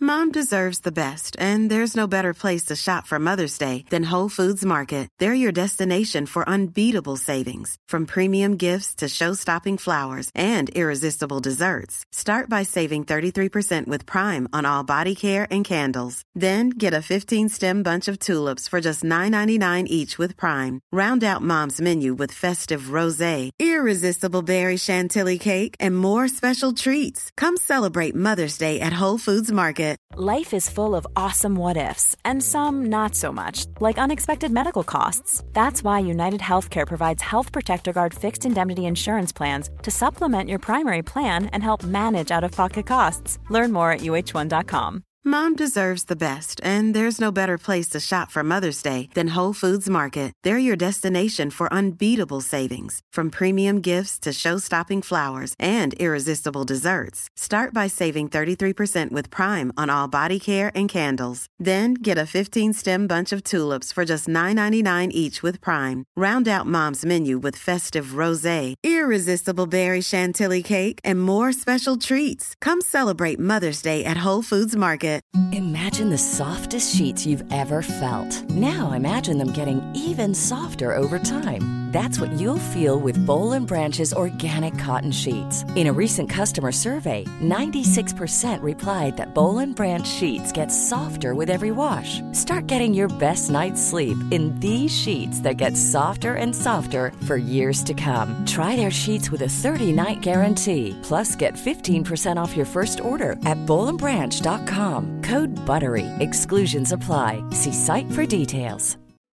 Mom deserves the best, and there's no better place to shop for Mother's Day than Whole Foods Market. They're your destination for unbeatable savings, from premium gifts to show-stopping flowers and irresistible desserts. Start by saving 33% with Prime on all body care and candles. Then get a 15-stem bunch of tulips for just $9.99 each with Prime. Round out Mom's menu with festive rosé, irresistible berry chantilly cake, and more special treats. Come celebrate Mother's Day at Whole Foods Market. Life is full of awesome what-ifs, and some not so much, like unexpected medical costs. That's why United Healthcare provides Health Protector Guard fixed indemnity insurance plans to supplement your primary plan and help manage out-of-pocket costs. Learn more at uh1.com. Mom deserves the best, and there's no better place to shop for Mother's Day than Whole Foods Market. They're your destination for unbeatable savings, from premium gifts to show-stopping flowers and irresistible desserts. Start by saving 33% with Prime on all body care and candles. Then get a 15-stem bunch of tulips for just $9.99 each with Prime. Round out Mom's menu with festive rosé, irresistible berry chantilly cake, and more special treats. Come celebrate Mother's Day at Whole Foods Market. Imagine the softest sheets you've ever felt. Now imagine them getting even softer over time. That's what you'll feel with Boll & Branch's organic cotton sheets. In a recent customer survey, 96% replied that Boll & Branch sheets get softer with every wash. Start getting your best night's sleep in these sheets that get softer and softer for years to come. Try their sheets with a 30-night guarantee. Plus, get 15% off your first order at bollandbranch.com. Code BUTTERY. Exclusions apply. See site for details.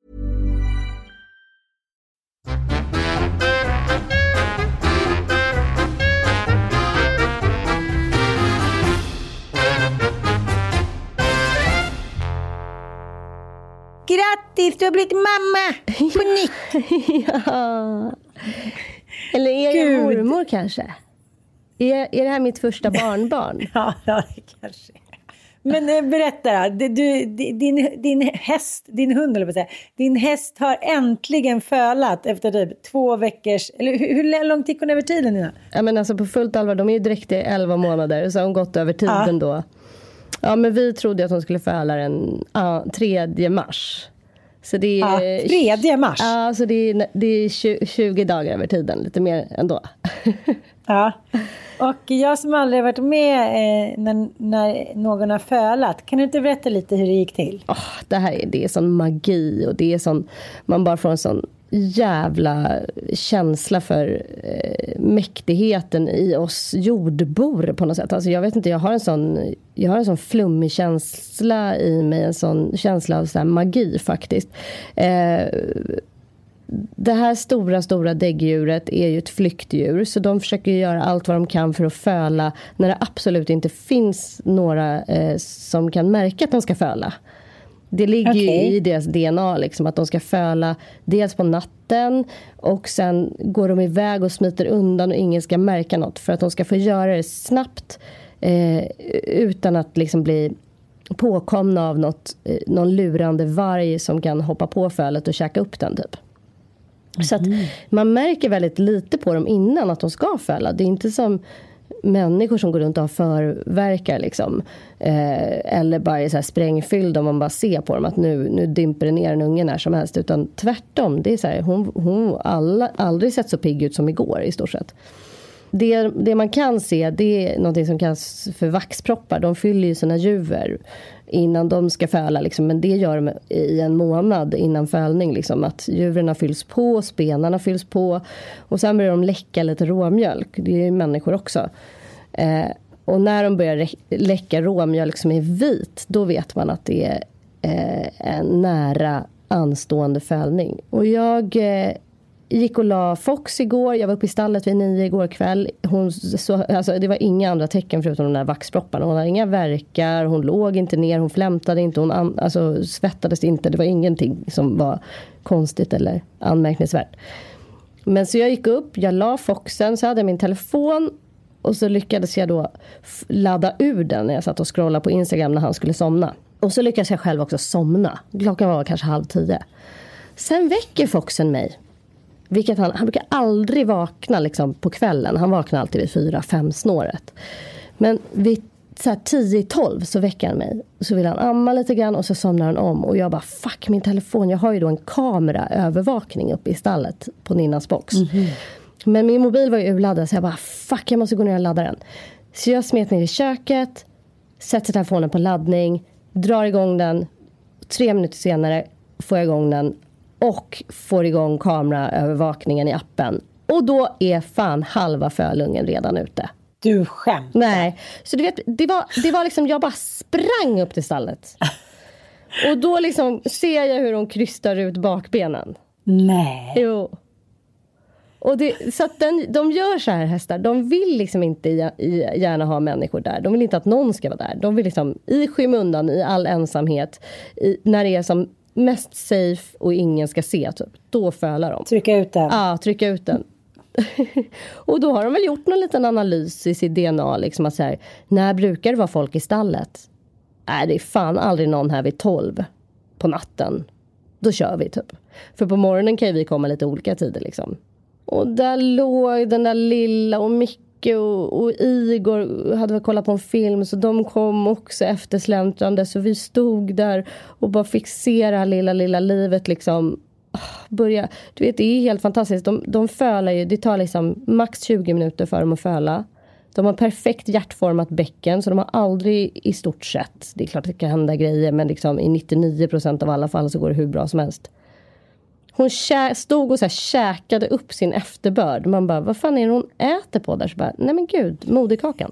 Grattis, du har blivit mamma på nytt. Ja. Eller är jag mormor kanske? Är det här mitt första barnbarn? Ja, det kanske. Men berätta, din hund, eller vad säger, din häst har äntligen fölat efter typ 2 veckors, eller hur långt gick hon över tiden innan? Ja, men alltså på fullt allvar, de är ju direkt i 11 månader, så har hon gått över tiden då. Ja, men vi trodde att hon skulle föla den 3 mars. Så det är 3 mars? Ja, så det är 20 dagar över tiden, lite mer ändå. Ja, och jag som aldrig varit med när någon har fölat, kan du inte berätta lite hur det gick till? Det är sån magi, och det är sån, man bara får en sån jävla känsla för mäktigheten i oss jordbor på något sätt. Alltså jag vet inte, jag har en sån flummig känsla i mig, en sån känsla av så här magi faktiskt. Det här stora däggdjuret är ju ett flyktdjur, så de försöker göra allt vad de kan för att föla när det absolut inte finns några som kan märka att de ska föla. Det ligger ju i deras DNA liksom, att de ska föla dels på natten, och sen går de iväg och smiter undan och ingen ska märka något, för att de ska få göra det snabbt utan att liksom bli påkomna av någon lurande varg som kan hoppa på fölet och käka upp den typ. Så att man märker väldigt lite på dem innan att de ska föla. Det är inte som människor som går runt och har förverkar liksom. Eller bara är så här sprängfyllda, om man bara ser på dem att nu dimper det ner en unge när som helst. Utan tvärtom, det är så här, hon aldrig sett så pigg ut som igår i stort sett. Det man kan se, det är något som kallas för vaxproppar. De fyller ju sina juver innan de ska föla liksom, men det gör de i en månad innan fölning liksom, att juvrarna fylls på, spenarna fylls på, och sen börjar de läcka lite råmjölk. Det är ju människor också. Och när de börjar läcka råmjölk som är vit, då vet man att det är en nära anstående fölning. Och jag gick och la Fox igår. Jag var uppe i stallet vid 9 igår kväll. Alltså, det var inga andra tecken förutom de där vaxpropparna. Hon hade inga verkar, hon låg inte ner, hon flämtade inte, hon svettades inte. Det var ingenting som var konstigt eller anmärkningsvärt. Men så jag gick upp, jag la Foxen, så hade jag min telefon, och så lyckades jag då ladda ur den när jag satt och scrollade på Instagram när han skulle somna. Och så lyckades jag själv också somna. Klockan var kanske 9:30. Sen väcker Foxen mig. Vilket han brukar aldrig vakna liksom på kvällen. Han vaknar alltid vid 4-5 snåret. Men vid så här 10-12 så väcker han mig. Så vill han amma lite grann och så somnar han om. Och jag bara, fuck min telefon. Jag har ju då en kameraövervakning uppe i stallet på Ninnas box. Men min mobil var ju urladdad, så jag bara, fuck, jag måste gå ner och ladda den. Så jag smet ner i köket, sätter telefonen på laddning, drar igång den. 3 minuter senare får jag igång den och får igång kameraövervakningen i appen. Och då är fan halva Fölungen redan ute. Du skämt. Nej, så du vet, det var liksom, jag bara sprang upp till stallet. Och då liksom ser jag hur de krystar ut bakbenen. Nej. Jo. Och så att de gör så här, hästar. De vill liksom inte gärna ha människor där. De vill inte att någon ska vara där. De vill liksom i skymundan, i all ensamhet, när det är som mest safe och ingen ska se, typ, då fölar de. Trycka ut den. Ja, trycka ut den. Och då har de väl gjort någon liten analys i sitt DNA, liksom att så här, när brukar det vara folk i stallet? Nej, det är fan aldrig någon här vid 12 på natten. Då kör vi typ. För på morgonen kan ju vi komma lite olika tider liksom. Och där låg den där lilla och Micke och Igor hade väl kollat på en film, så de kom också eftersläntrande, så vi stod där och bara fick se det här lilla livet liksom börja. Du vet, det är helt fantastiskt. De fölar ju, det tar liksom max 20 minuter för dem att föla. De har perfekt hjärtformat bäcken, så de har aldrig i stort sett, det är klart att det kan hända grejer, men liksom i 99% av alla fall så går det hur bra som helst. Hon stod och så här käkade upp sin efterbörd. Man bara, vad fan är det hon äter på där? Så bara, nej men gud, moderkakan.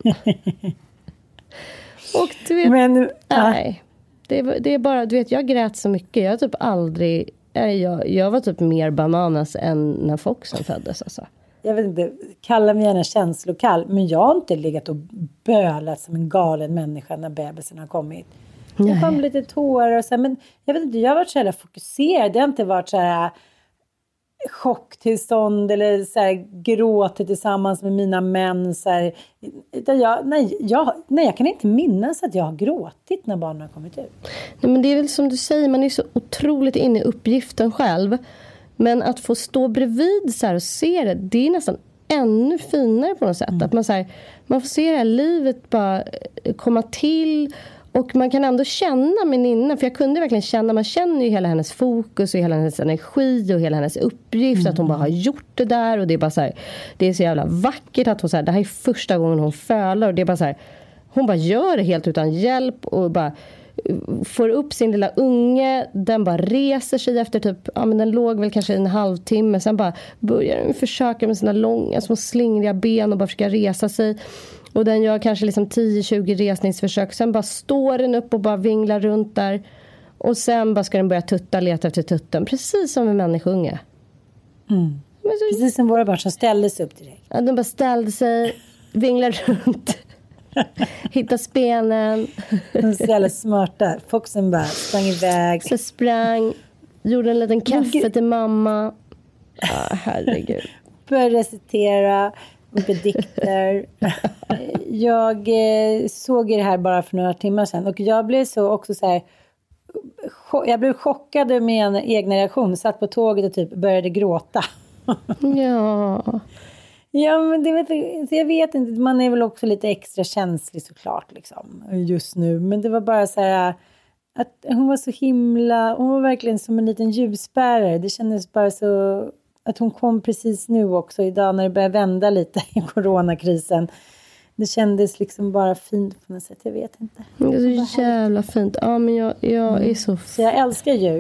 Och du vet, nej. Det är bara, du vet, jag grät så mycket. Jag typ aldrig, jag var typ mer bananas än när Foxen föddes alltså. Jag vet inte, kalla mig gärna känslokall, men jag har inte legat och bölat som en galen människa när bebisen har kommit. Det kom lite tårar och så här, men jag vet inte, jag har varit så här fokuserad. Det har inte varit så här chocktillstånd eller så här gråtit tillsammans med mina män så här. Jag kan inte minnas att jag har gråtit när barnen har kommit ut. Nej, men det är väl som du säger, man är så otroligt inne i uppgiften själv. Men att få stå bredvid så här och se det är nästan ännu finare på något sätt. Att man, så här, man får se det här livet bara komma till. Och man kan ändå känna med Ninna, för jag kunde verkligen känna, man känner ju hela hennes fokus och hela hennes energi och hela hennes uppgift, att hon bara har gjort det där, och det är bara så här, det är så jävla vackert att hon så här, det här är första gången hon fölar, och det är bara så här, hon bara gör det helt utan hjälp och bara får upp sin lilla unge, den bara reser sig efter typ, ja men den låg väl kanske en halvtimme, sen bara börjar den försöka med sina långa små slingriga ben och bara försöka resa sig. Och den gör kanske liksom 10-20 resningsförsök. Sen bara står den upp och bara vinglar runt där. Och sen bara ska den börja leta efter tutten. Precis som en människunge. Precis som våra barn som ställdes upp direkt. Ja, de bara ställde sig, vinglar runt. Hitta spenen. De är så jävla smarta. Foxen bara sprang iväg. Så sprang. Gjorde en liten kaffe till mamma. Herregud. Började recitera. Dikter. Jag såg det här bara för några timmar sedan, och jag blev så också så här, jag blev chockad med min egna reaktion. Satt på tåget och typ började gråta. Ja, men jag vet inte, man är väl också lite extra känslig såklart liksom just nu, men det var bara så här att hon var så himla, hon var verkligen som en liten ljusbärare. Det kändes bara så att hon kom precis nu också idag när det börjar vända lite i coronakrisen. Det kändes liksom bara fint på något sätt, jag vet inte. Det är så jävla fint. Ja, men jag är så... Så jag älskar djur.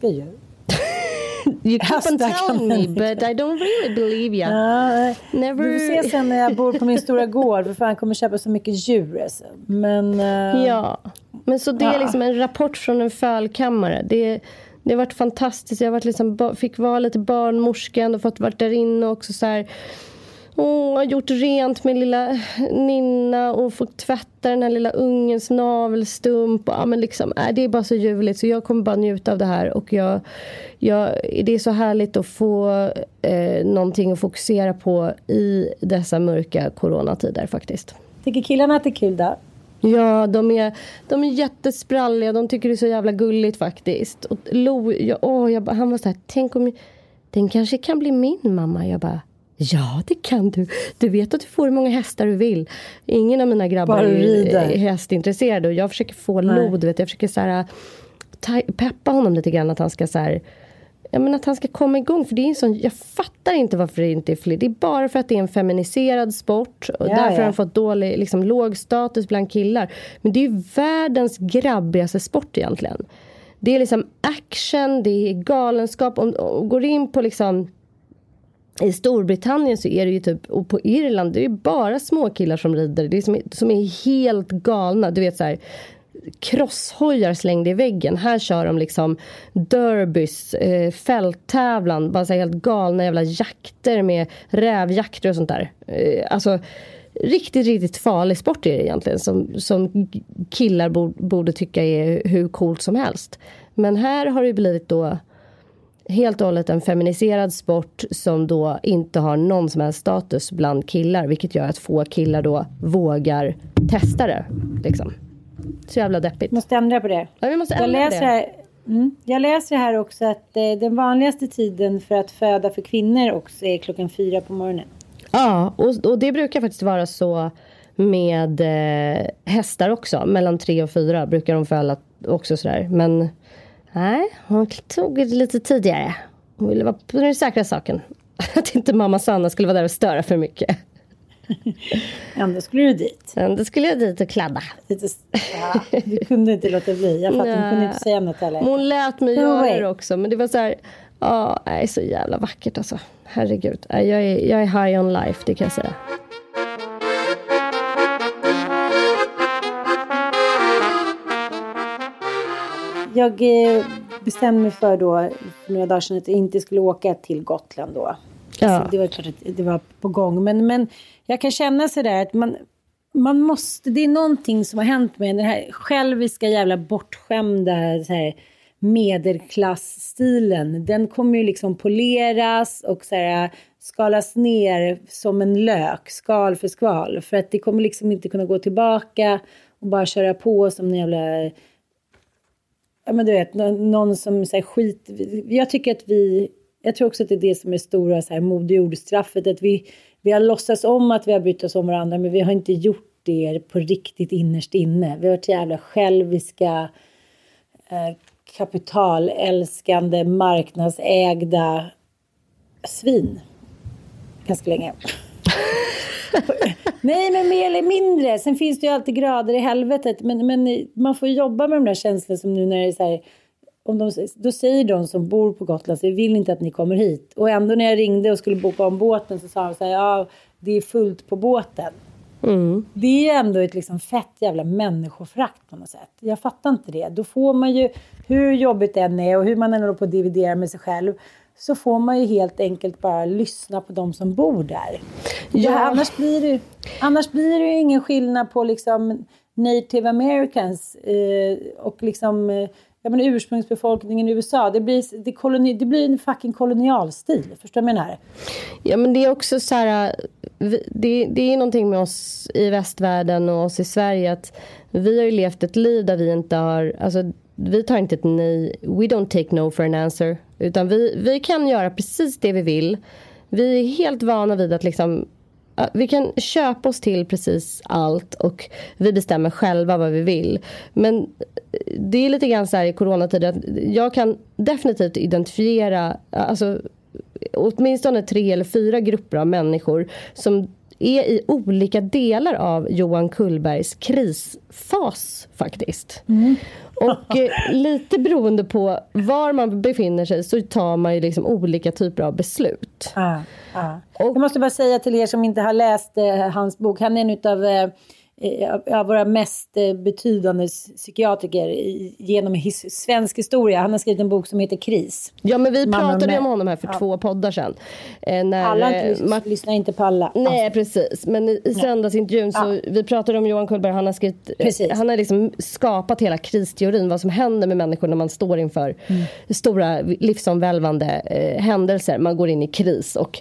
You keep on telling me, but I don't really believe you. Never... Du får se sen när jag bor på min stora gård, för fan kommer köpa så mycket djur. Alltså. Men... Ja, men så det är liksom en rapport från en fölkammare. Det har varit fantastiskt. Jag har varit liksom, fick vara lite barnmorskan och fått vara där inne också så här. Har gjort rent med lilla Ninna och fått tvätta den här lilla ungens navelstump. Ja, men liksom, det är bara så ljuvligt, så jag kommer bara njuta av det här. Och det är så härligt att få någonting att fokusera på i dessa mörka coronatider faktiskt. Tycker killarna att det är kul då? Ja, de är jättespralliga. De tycker det är så jävla gulligt faktiskt. Och han var så här, tänk om den kanske kan bli min mamma. Jag bara, Ja, det kan du. Du vet att du får hur många hästar du vill. Ingen av mina grabbar är hästintresserade. Och jag försöker få lod. Vet, jag försöker så här, peppa honom lite grann. Att han ska så här, att han ska komma igång. För det är en sån, jag fattar inte varför det inte är fler. Det är bara för att det är en feminiserad sport. Och därför har han fått låg status bland killar. Men det är ju världens grabbigaste sport egentligen. Det är liksom action, det är galenskap. Om går in på liksom... I Storbritannien så är det ju typ, och på Irland det är ju bara små killar som rider. Det är som är helt galna. Du vet så här, crosshojar slängde i väggen. Här kör de liksom derbys, fälttävlan, bara så här helt galna jävla jakter med rävjakter och sånt där. Alltså riktigt, riktigt farlig sport är det egentligen. Som killar borde tycka är hur coolt som helst. Men här har det blivit då helt och hållet en feminiserad sport som då inte har någon som helst status bland killar. Vilket gör att få killar då vågar testa det. Liksom. Så jävla deppigt. Måste ändra på det. Ja, vi måste ändra på det. Jag läser här också att den vanligaste tiden för att föda för kvinnor också är 4:00 på morgonen. Ja, och det brukar faktiskt vara så med hästar också. Mellan 3 och 4 brukar de föda också sådär. Men... nej, hon tog det lite tidigare. Hon ville vara på den säkra saken. Att inte mamma Sanna skulle vara där och störa för mycket. Ändå skulle du dit. Ändå skulle jag dit och kladda. Du kunde inte låta bli. Jag fattar, hon kunde inte säga något heller. Hon lät mig göra det också. Men det var så här, så jävla vackert alltså. Herregud. Jag är high on life, det kan jag säga. Jag bestämde mig för några dagar sedan att jag inte skulle åka till Gotland då. Ja. Så det var klart att det var på gång. Men jag kan känna sådär att man måste, det är någonting som har hänt med den här själviska jävla bortskämda så här, medelklassstilen. Den kommer ju liksom poleras och så här, skalas ner som en lök, skal för skal. För att det kommer liksom inte kunna gå tillbaka och bara köra på som en jävla... ja, men du vet, någon som så här, skit... Jag tror också att det är det som är stora så här, modejordstraffet. Att vi har låtsats om att vi har brytt oss om varandra. Men vi har inte gjort det på riktigt innerst inne. Vi har varit jävla själviska, kapitalälskande, marknadsägda svin. Ganska länge. Nej, men mer eller mindre. Sen finns det ju alltid grader i helvetet. Men man får jobba med de där känslorna som nu när det är så här... då säger de som bor på Gotland så jag vill inte att ni kommer hit. Och ändå när jag ringde och skulle boka om båten så sa de så här, ja, det är fullt på båten. Mm. Det är ju ändå ett liksom fett jävla människofrakt på något sätt. Jag fattar inte det. Då får man ju, hur jobbigt det än är och hur man än håller på att dividera med sig själv, så får man ju helt enkelt bara lyssna på de som bor där. Ja. Annars blir det ju ingen skillnad på liksom native americans och liksom ursprungsbefolkningen i USA. Det blir en fucking kolonialstil. Förstår du vad jag menar? Ja, men det är också så här, det är någonting med oss i västvärlden och oss i Sverige att vi har ju levt ett liv där vi inte har, alltså vi tar inte ett nej, we don't take no for an answer, utan vi kan göra precis det vi vill. Vi är helt vana vid att liksom vi kan köpa oss till precis allt och vi bestämmer själva vad vi vill. Men det är lite grann så här i coronatider att jag kan definitivt identifiera alltså åtminstone 3 eller 4 grupper av människor som är i olika delar av Johan Kullbergs krisfas faktiskt. Mm. Och lite beroende på var man befinner sig så tar man ju liksom olika typer av beslut. Och jag måste bara säga till er som inte har läst hans bok, han är en utav våra mest betydande psykiatriker genom svensk historia. Han har skrivit en bok som heter Kris. Ja, men vi pratade ju om honom här för 2 poddar sedan. Alla lyssnar inte på alla. Nej, precis. Men i söndagsintervjun så vi pratade om Johan Kullberg. Han har skrivit, han har liksom skapat hela kristeorin. Vad som händer med människor när man står inför stora livsomvälvande händelser. Man går in i kris och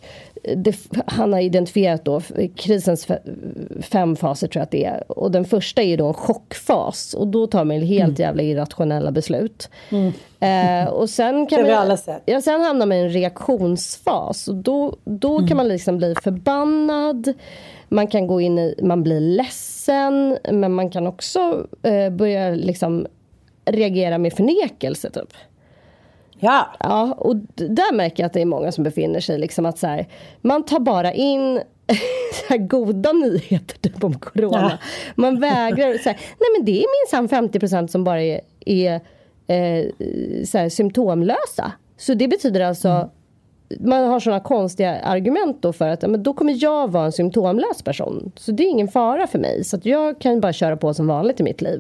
han har identifierat då krisens 5 faser, tror jag att det är. Och den första är ju då en chockfas. Och då tar man helt jävla irrationella beslut. Och sen kan sen hamnar man i en reaktionsfas. Och då kan man liksom bli förbannad. Man kan gå in i, man blir ledsen. Men man kan också börja liksom reagera med förnekelse typ. Ja, och där märker jag att det är många som befinner sig liksom att så här, man tar bara in så här goda nyheter typ om corona. Man vägrar så här, nej men det är minsann 50% som bara är så här, symptomlösa. Så det betyder alltså man har såna konstiga argument då för att men då kommer jag vara en symptomlös person. Så det är ingen fara för mig. Så att jag kan bara köra på som vanligt i mitt liv.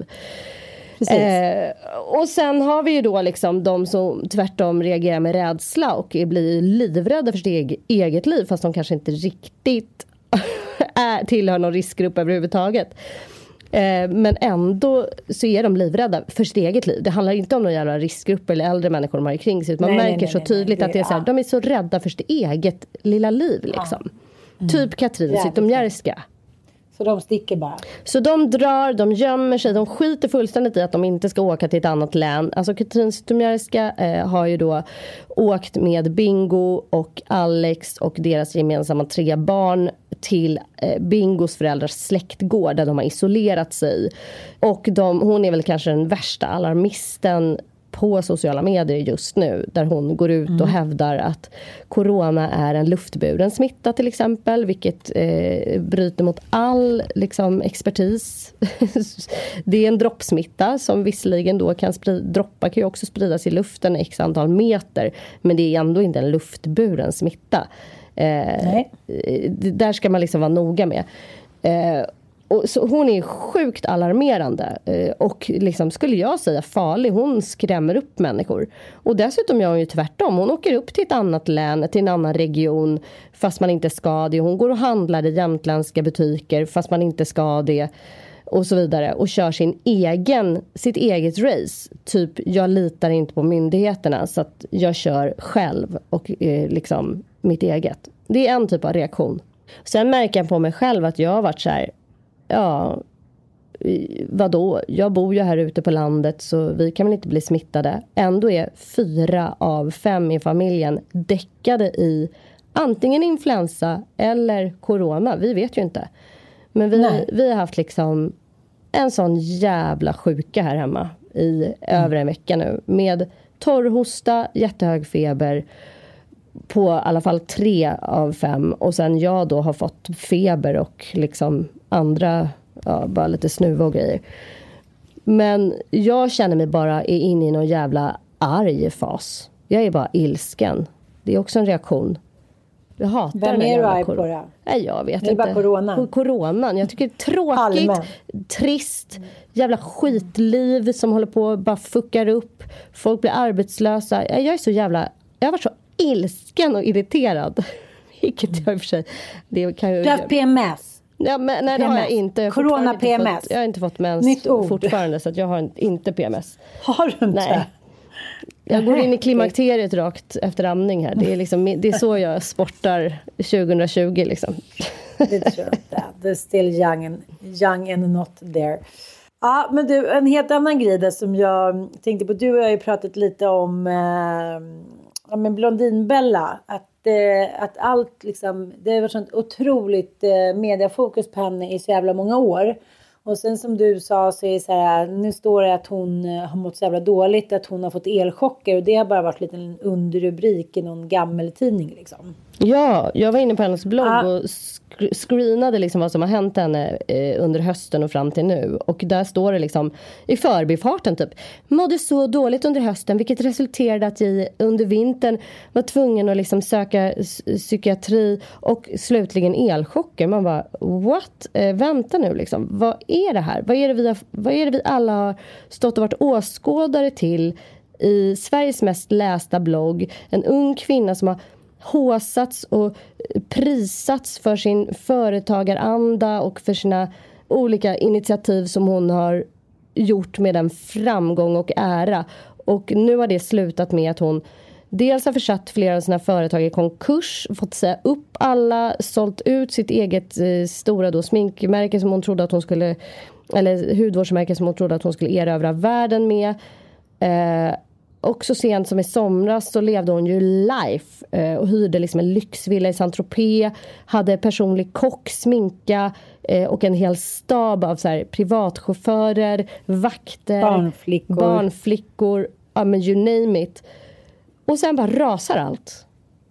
Och sen har vi ju då liksom de som tvärtom reagerar med rädsla och blir livrädda för sitt eget liv fast de kanske inte riktigt tillhör någon riskgrupp överhuvudtaget. Men ändå så är de livrädda för sitt eget liv. Det handlar inte om någon jävla riskgrupp eller äldre människor de har kring sig. Man märker så tydligt att det är så här, de är så rädda för sitt eget lilla liv liksom. Typ Katrin Zytomierska. Så de sticker bara. Så de drar, de gömmer sig, de skiter fullständigt i att de inte ska åka till ett annat län. Alltså Katrin Zytomierska har ju då åkt med Bingo och Alex och deras gemensamma 3 barn till Bingos föräldrars släktgård där de har isolerat sig. Och hon är väl kanske den värsta alarmisten på sociala medier just nu, där hon går ut och hävdar att corona är en luftburen smitta till exempel, vilket bryter mot all liksom, expertis. Det är en droppsmitta som visserligen då droppar kan ju också spridas i luften x antal meter, men det är ändå inte en luftburen smitta. Där ska man liksom vara noga med. Och så hon är sjukt alarmerande och liksom skulle jag säga farlig. Hon skrämmer upp människor. Och dessutom gör hon ju tvärtom. Hon åker upp till ett annat län, till en annan region fast man inte ska det. Hon går och handlar i jämtländska butiker fast man inte ska det. Och så vidare. Och kör sitt eget race. Typ, jag litar inte på myndigheterna så att jag kör själv och liksom mitt eget. Det är en typ av reaktion. Sen märker jag på mig själv att jag har varit så här, ja, vadå? Jag bor ju här ute på landet så vi kan väl inte bli smittade. Ändå är 4 av 5 i familjen däckade i antingen influensa eller corona. Vi vet ju inte. Men vi har haft liksom en sån jävla sjuka här hemma i över en vecka nu. Med torrhosta, jättehög feber på i alla fall 3 av 5. Och sen jag då har fått feber och liksom andra, bara lite snuva och grejer. Men jag känner mig bara inne i någon jävla arg fas. Jag är bara ilsken. Det är också en reaktion. Jag hatar vem är du arg på då? Nej, jag vet inte. Det är bara coronan. Jag tycker det är tråkigt, trist, jävla skitliv som håller på och bara fuckar upp. Folk blir arbetslösa. Jag har varit så ilsken och irriterad. Vilket jag i och för sig... Det kan ju, du har PMS? Ja, men, nej, det har jag inte. Corona PMS? Jag har inte fått mens fortfarande så att jag har inte PMS. Har du inte? Nej. Jag går in i klimakteriet rakt efter amning här. Det är, liksom, det är så jag sportar 2020 liksom. Det tror jag inte. Det är still young and not there. Ja, men du, en helt annan grej där som jag tänkte på. Du och jag har ju pratat lite om men Blondinbella. Att allt liksom, det har varit sånt otroligt mediafokus på henne i så jävla många år. Och sen som du sa så är det så här, nu står det att hon har mått så jävla dåligt, att hon har fått elchocker. Och det har bara varit lite en underrubrik i någon gammeltidning liksom. Ja, jag var inne på hennes blogg och screenade liksom vad som har hänt henne under hösten och fram till nu. Och där står det liksom i förbifarten typ: mådde så dåligt under hösten vilket resulterade att jag under vintern var tvungen att liksom söka psykiatri och slutligen elchocker. Man bara, what? Vänta nu liksom. Vad är det här? Vad är det vi alla har stått och varit åskådare till i Sveriges mest lästa blogg? En ung kvinna som har håsats och prisats för sin företagaranda och för sina olika initiativ som hon har gjort med en framgång och ära. Och nu har det slutat med att hon dels har försatt flera av sina företag i konkurs, fått säga upp alla, sålt ut sitt eget stora då sminkmärke som hon trodde att hon skulle, eller hudvårdsmärke som hon trodde att hon skulle erövra världen med. Och så sent som i somras så levde hon ju life och hyrde liksom en lyxvilla i Saint-Tropez, hade personlig kock, sminka och en hel stab av så här privatchaufförer, vakter, barnflickor, ja men you name it. Och sen bara rasar allt.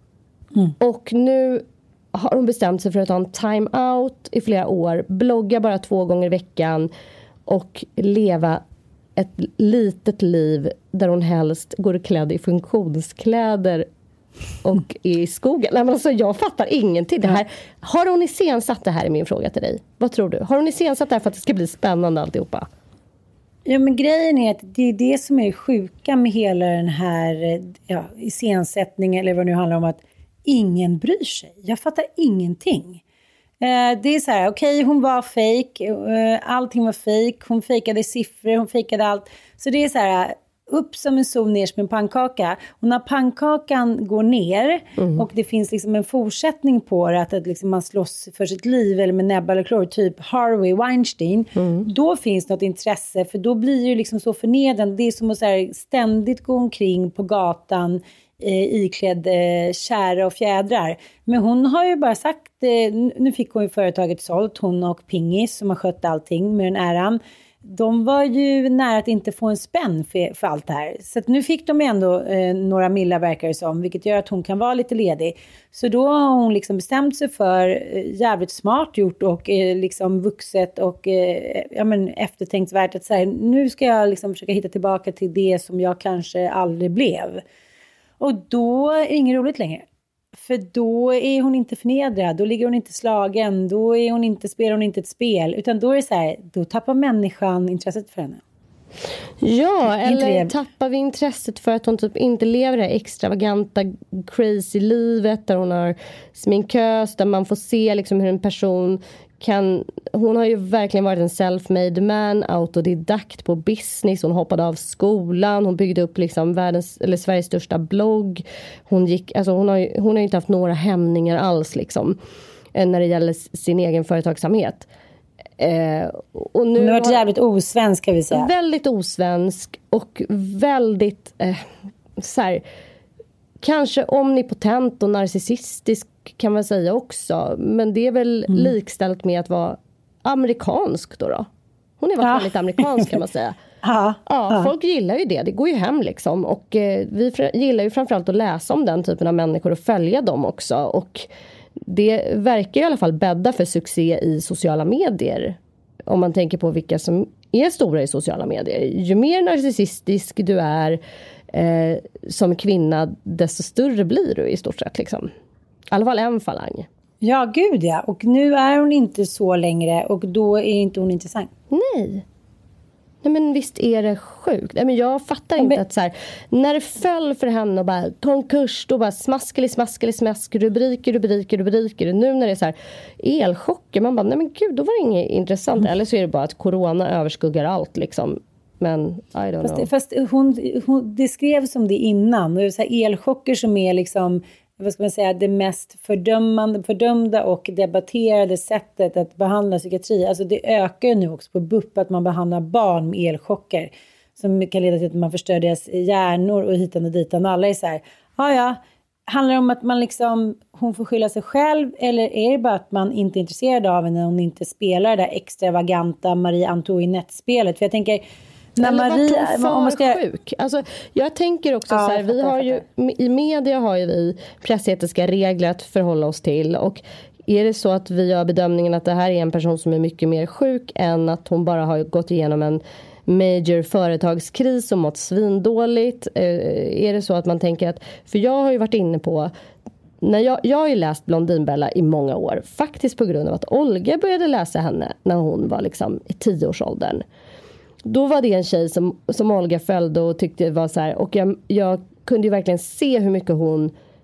Och nu har hon bestämt sig för att ta en time out i flera år, blogga bara 2 gånger i veckan och leva ett litet liv där hon helst går klädd i funktionskläder och är i skogen. Nej, men alltså, jag fattar ingenting. Det här, har hon iscensatt det här, är min fråga till dig. Vad tror du? Har hon iscensatt det här för att det ska bli spännande alltihopa? Ja, men grejen är att det är det som är sjuka med hela den här iscensättningen, eller vad det nu handlar om, att ingen bryr sig. Jag fattar ingenting. Det är så här, okej, hon var fake, allting var fake, hon fejkade siffror, hon fejkade allt. Så det är så här, upp som en sol, ner som en pannkaka. Och när pannkakan går ner och det finns liksom en fortsättning på det, att liksom man slåss för sitt liv eller med näbbar eller klor, typ Harvey Weinstein, då finns något intresse, för då blir det liksom så förnedrande. Det är som att så här, ständigt gå omkring på gatan iklädd kära och fjädrar. Men hon har ju bara sagt, nu fick hon ju företaget sålt, hon och Pingis som har skött allting med den äran. De var ju nära att inte få en spänn för allt det här. Så att nu fick de ändå några millar, verkar det som, vilket gör att hon kan vara lite ledig. Så då har hon liksom bestämt sig för, jävligt smart gjort och liksom vuxet och eftertänktsvärt, att så här, nu ska jag liksom försöka hitta tillbaka till det som jag kanske aldrig blev. Och då är det inget roligt längre. För då är hon inte förnedrad, då ligger hon inte slagen, då är hon inte, spelar hon inte ett spel. Utan då är det så här, då tappar människan intresset för henne. Ja, eller tappar vi intresset för att hon typ inte lever det extravaganta, crazy livet där hon har sminkös, där man får se liksom hur en person kan... Hon har ju verkligen varit en self-made man, autodidakt på business. Hon hoppade av skolan, hon byggde upp liksom Sveriges största blogg. Hon har ju inte haft några hämningar alls liksom, när det gäller sin egen företagsamhet. Och nu hon har varit jävligt osvensk, kan vi säga. Väldigt osvensk och väldigt så här, kanske omnipotent och narcissistisk kan man säga också. Men det är väl likställt med att vara amerikansk då. Hon är väldigt amerikansk, kan man säga. Folk gillar ju det. Det går ju hem liksom. Och vi gillar ju framförallt att läsa om den typen av människor och följa dem också. Och det verkar i alla fall bädda för succé i sociala medier. Om man tänker på vilka som är stora i sociala medier. Ju mer narcissistisk du är som kvinna, desto större blir du i stort sett liksom. I alla fall en falang. Ja, gud ja. Och nu är hon inte så längre och då är inte hon intressant. Nej, men visst är det sjukt. Nej, men jag fattar inte att så här, när det föll för henne och bara konkurs, då bara smask, rubriker. Nu när det är så här elchocker, man bara, nej men gud, då var det inget intressant. Eller så är det bara att corona överskuggar allt liksom. Men I don't know. Fast hon det skrevs om det innan. Det är så här elchocker som är liksom, vad ska man säga, det mest fördömda och debatterade sättet att behandla psykiatri. Alltså det ökar ju nu också på BUP att man behandlar barn med elchocker som kan leda till att man förstör deras hjärnor och hitan och ditan. Alla är så här, handlar det om att man liksom, hon får skylla sig själv, eller är det bara att man inte är intresserad av henne när hon inte spelar det där extravaganta Marie Antoinette-spelet? För jag tänker, när Marie, om man ska sjuk. Alltså, jag tänker också så här, vi har ju i media har ju vi pressetiska regler att förhålla oss till, och är det så att vi gör bedömningen att det här är en person som är mycket mer sjuk än att hon bara har gått igenom en major företagskris och mått svindåligt, är det så att man tänker att, för jag har ju varit inne på, när jag har ju läst Blondinbella i många år, faktiskt på grund av att Olga började läsa henne när hon var liksom i 10-årsåldern. Då var det en tjej som Olga följde och tyckte var så här, och jag kunde ju verkligen se hur mycket hon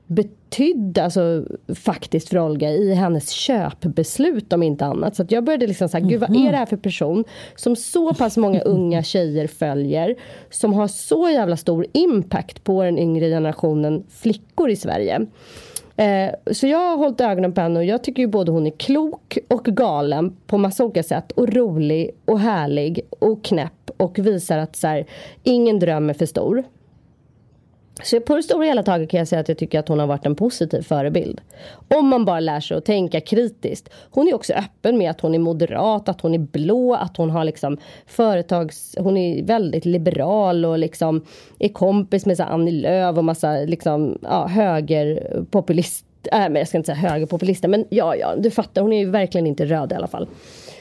betydd alltså, faktiskt för Olga i hennes köpbeslut om inte annat. Så att jag började liksom säga, gud vad är det här för person som så pass många unga tjejer följer, som har så jävla stor impact på den yngre generationen flickor i Sverige. Så jag har hållit ögonen på henne och jag tycker ju både hon är klok och galen på massa olika sätt och rolig och härlig och knäpp och visar att så här, ingen dröm är för stor. Så på det stora hela taget kan jag säga att jag tycker att hon har varit en positiv förebild. Om man bara lär sig att tänka kritiskt. Hon är också öppen med att hon är moderat, att hon är blå, att hon har liksom hon är väldigt liberal och liksom är kompis med så Annie Lööf och massa liksom, högerpopulist. Men jag ska inte säga högerpopulister, men ja, du fattar, hon är ju verkligen inte röd i alla fall.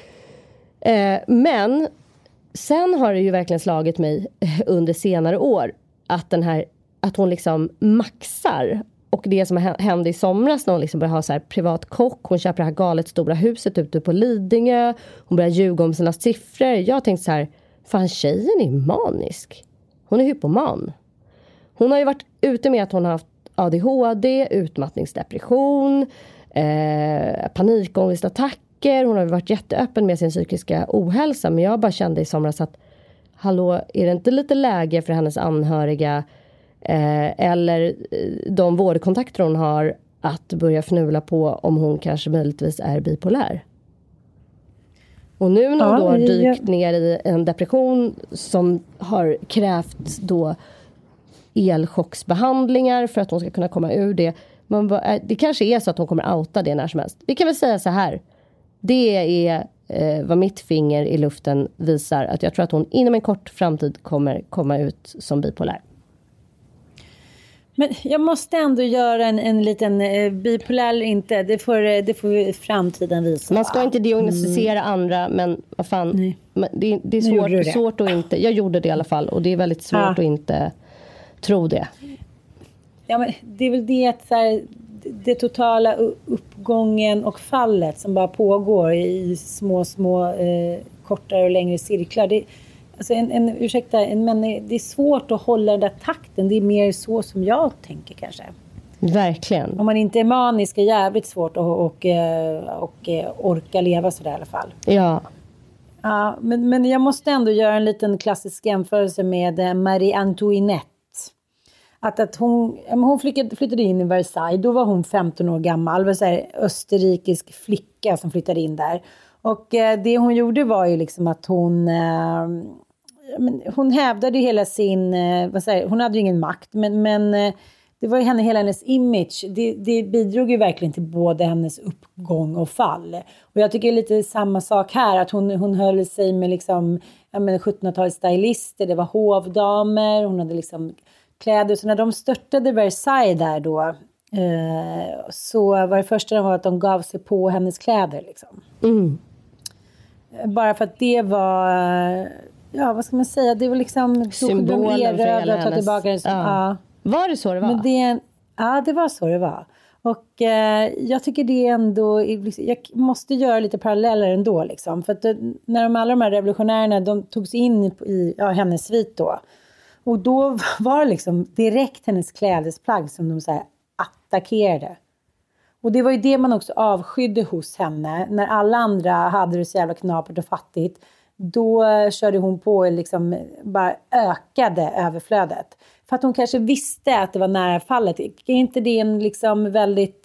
Men sen har det ju verkligen slagit mig under senare år att hon liksom maxar. Och det som hände i somras när hon liksom började ha så här privat kock. Hon köper det här galet stora huset ute på Lidingö. Hon börjar ljuga om sina siffror. Jag tänkte så här, fan, tjejen är manisk. Hon är hypoman. Hon har ju varit ute med att hon har haft ADHD, utmattningsdepression, panikångestattacker. Hon har varit jätteöppen med sin psykiska ohälsa. Men jag bara kände i somras att hallå, är det inte lite läge för hennes anhöriga eller de vårdkontakter hon har att börja fnula på om hon kanske möjligtvis är bipolär? Och nu när hon då har dykt ner i en depression som har krävt då elchocksbehandlingar för att hon ska kunna komma ur det. Det kanske är så att hon kommer outa det när som helst. Vi kan väl säga så här. Det är vad mitt finger i luften visar, att jag tror att hon inom en kort framtid kommer komma ut som bipolär. Men jag måste ändå göra en liten bipolär eller inte. Det får framtiden visa. Man ska inte diagnostisera andra, men vad fan. Det är svårt att inte. Jag gjorde det i alla fall. Och det är väldigt svårt att inte tro det. Ja, men det är väl det att så här, det totala uppgången och fallet som bara pågår i små kortare och längre cirklar. Alltså men det är svårt att hålla den där takten. Det är mer så som jag tänker kanske. Verkligen. Om man inte är manisk är jävligt svårt och orka leva så där i alla fall. Ja. Ja, men jag måste ändå göra en liten klassisk jämförelse med Marie Antoinette. Att hon flyttade in i Versailles. Då var hon 15 år gammal. Det var så här österrikisk flicka som flyttade in där. Och det hon gjorde var ju liksom att hon hävdade hela sin, hon hade ju ingen makt, men det var ju hela hennes image. Det bidrog ju verkligen till både hennes uppgång och fall. Och jag tycker det är lite samma sak här, att hon höll sig med liksom 1700-talets stylister, det var hovdamer, hon hade liksom kläder. Så när de störtade Versailles där då, så var det första att de gav sig på hennes kläder liksom. Bara för att det var, ja vad ska man säga, det var liksom symbolen för hela hennes. Tillbaka det. Ja. Var det så det var? Men det var så det var. Och jag tycker det är ändå, jag måste göra lite paralleller ändå liksom. För att när alla de här revolutionärerna, de togs in i hennes svit då. Och då var det liksom direkt hennes klädesplagg som de så här attackerade. Och det var ju det man också avskydde hos henne. När alla andra hade det så jävla knapert och fattigt. Då körde hon på liksom bara ökade överflödet. För att hon kanske visste att det var nära fallet. Är inte det en liksom väldigt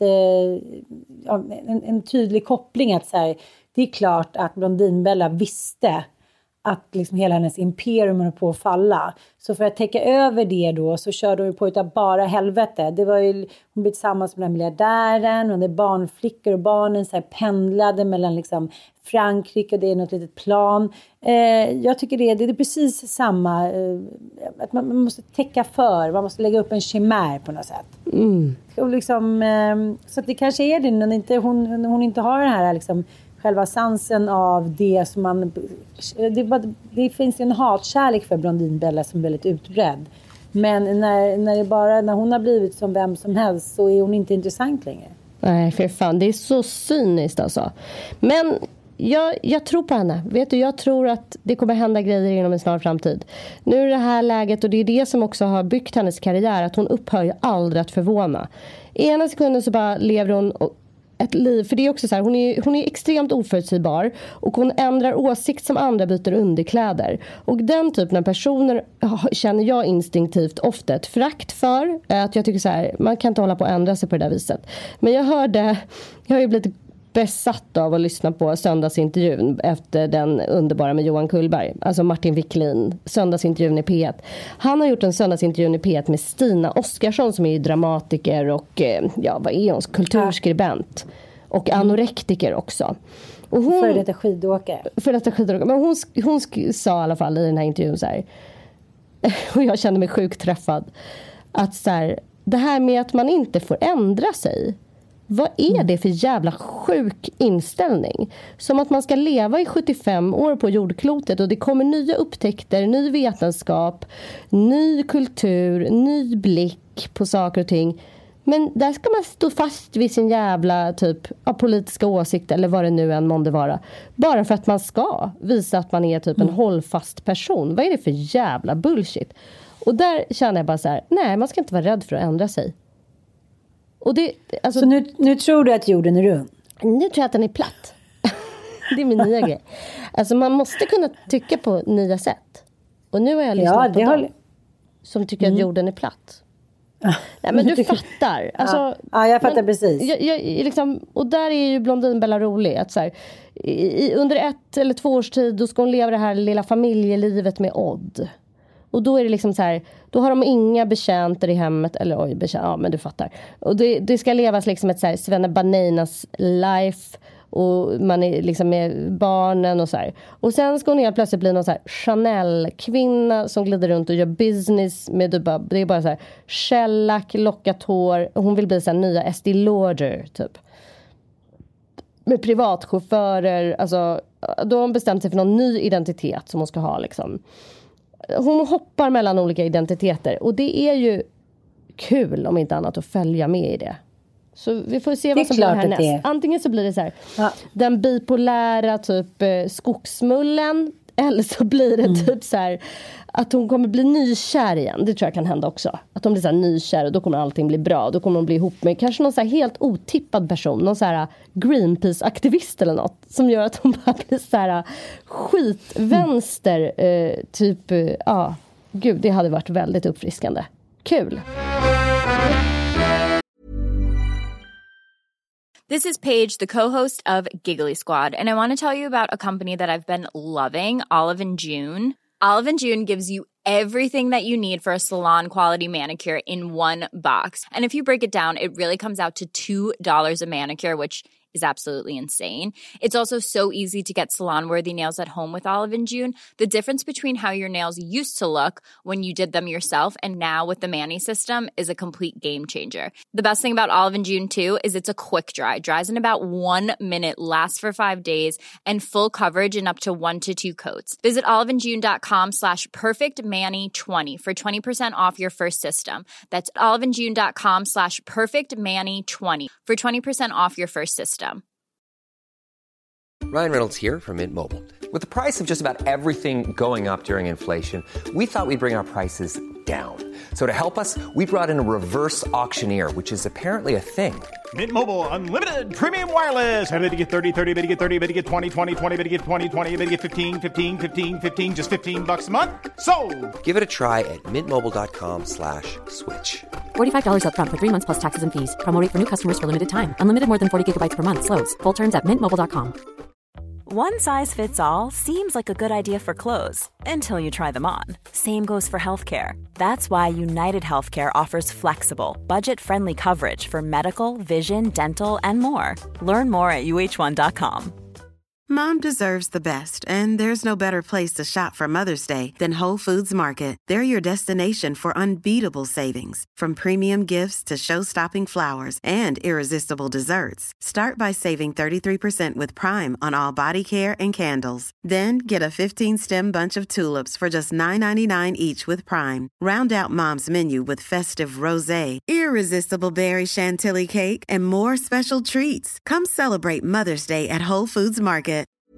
en tydlig koppling att så här, det är klart att Blondinbella visste att liksom hela hennes imperium höll på att falla. Så för att täcka över det då så körde hon på utav bara helvete. Det var ju, hon blev tillsammans med den miljardären och det barnflickor och barnen så här pendlade mellan liksom Frankrike och det är något litet plan. Jag tycker det är precis samma, att man måste täcka för, man måste lägga upp en chimär på något sätt. Och liksom, så att det kanske är det när hon inte har den här liksom själva sansen av det som man... Det finns ju en hatkärlek för Blondinbella som är väldigt utbredd. Men när hon har blivit som vem som helst så är hon inte intressant längre. Nej, för fan. Det är så cyniskt alltså. Men jag tror på henne. Vet du, jag tror att det kommer hända grejer inom en snar framtid. Nu är det här läget, och det är det som också har byggt hennes karriär, att hon upphör ju aldrig att förvåna. I ena sekunden så bara lever hon ett liv, för det är också så här, hon är extremt oförutsägbar, och hon ändrar åsikt som andra byter underkläder. Och den typen av personer känner jag instinktivt ofta ett frakt för, att jag tycker så här, man kan inte hålla på att ändra sig på det där viset. Men jag har ju blivit besatt av att lyssna på söndagsintervjun efter den underbara med Johan Kullberg, alltså Martin Wiklin, söndagsintervjun i P1. Han har gjort en söndagsintervjun i P1 med Stina Oskarsson, som är ju dramatiker och vad är hon? Kulturskribent och anorektiker också. Och hon, för detta skidåkare. Men hon sa i alla fall i den här intervjun så här, och jag kände mig sjukt träffad, att så här, det här med att man inte får ändra sig, vad är det för jävla sjuk inställning? Som att man ska leva i 75 år på jordklotet, och det kommer nya upptäckter, ny vetenskap, ny kultur, ny blick på saker och ting. Men där ska man stå fast vid sin jävla typ politiska åsikt, eller vad det nu än månde vara. Bara för att man ska visa att man är typ en hållfast person. Vad är det för jävla bullshit? Och där känner jag bara så här, nej, man ska inte vara rädd för att ändra sig. Och det, alltså, så nu tror du att jorden är rund? Nu tror jag att den är platt. Det är min nya grej. Alltså man måste kunna tycka på nya sätt. Och nu har jag lyssnat på dem som tycker att jorden är platt. Nej, men du fattar. Alltså, ja, jag fattar precis. Jag, liksom, och där är ju Blondinbella rolig. Att så här, under 1 eller 2 års tid då ska hon leva det här lilla familjelivet med Odd. Och då är det liksom så här, då har de inga betjänter i hemmet, eller ja men du fattar. Och det ska levas liksom ett så här Svenne Bananas life, och man är liksom med barnen och så här. Och sen ska hon helt plötsligt bli någon så här Chanel-kvinna som glider runt och gör business med det är bara så här shellack, lockat hår. Hon vill bli så här nya Estée Lauder typ. Med privatchaufförer, alltså då har hon bestämt sig för någon ny identitet som hon ska ha liksom. Hon hoppar mellan olika identiteter, och det är ju kul om inte annat att följa med i det. Så vi får se vad som blir härnäst. Antingen så blir det så här, den bipolära typ skogsmullen, eller så blir det typ så här att hon kommer bli nykär igen. Det tror jag kan hända också. Att hon blir så här nykär, och då kommer allting bli bra. Då kommer hon bli ihop med kanske någon så här helt otippad person. Någon så här Greenpeace-aktivist eller något. Som gör att hon bara blir så här skitvänster. Typ, gud, det hade varit väldigt uppfriskande. Kul! This is Paige, the co-host of Giggly Squad, and I want to tell you about a company that I've been loving, Olive & June. Olive & June gives you everything that you need for a salon-quality manicure in one box. And if you break it down, it really comes out to $2 a manicure, which is absolutely insane. It's also so easy to get salon-worthy nails at home with Olive & June. The difference between how your nails used to look when you did them yourself and now with the Mani system is a complete game changer. The best thing about Olive & June, too, is it's a quick dry. Dries in about 1 minute, lasts for 5 days, and full coverage in up to 1 to 2 coats. Visit oliveandjune.com/perfectmani20 for 20% off your first system. That's oliveandjune.com/perfectmani20 for 20% off your first system. Ryan Reynolds here from Mint Mobile. With the price of just about everything going up during inflation, we thought we'd bring our prices down. So to help us, we brought in a reverse auctioneer, which is apparently a thing. Mint Mobile Unlimited Premium Wireless. How to get 30, 30, bit to get 30, bit to get 20, 20, 20, bit to get 20, 20, bit to get 15, 15, 15, 15, just $15 a month? Sold! Give it a try at mintmobile.com/switch. $45 up front for 3 months plus taxes and fees. Promo rate for new customers for limited time. Unlimited more than 40 gigabytes per month. Slows full terms at mintmobile.com. One size fits all seems like a good idea for clothes until you try them on. Same goes for healthcare. That's why United Healthcare offers flexible, budget-friendly coverage for medical, vision, dental, and more. Learn more at uh1.com. Mom deserves the best, and there's no better place to shop for Mother's Day than Whole Foods Market. They're your destination for unbeatable savings, from premium gifts to show-stopping flowers and irresistible desserts. Start by saving 33% with Prime on all body care and candles. Then get a 15-stem bunch of tulips for just $9.99 each with Prime. Round out Mom's menu with festive rosé, irresistible berry chantilly cake, and more special treats. Come celebrate Mother's Day at Whole Foods Market.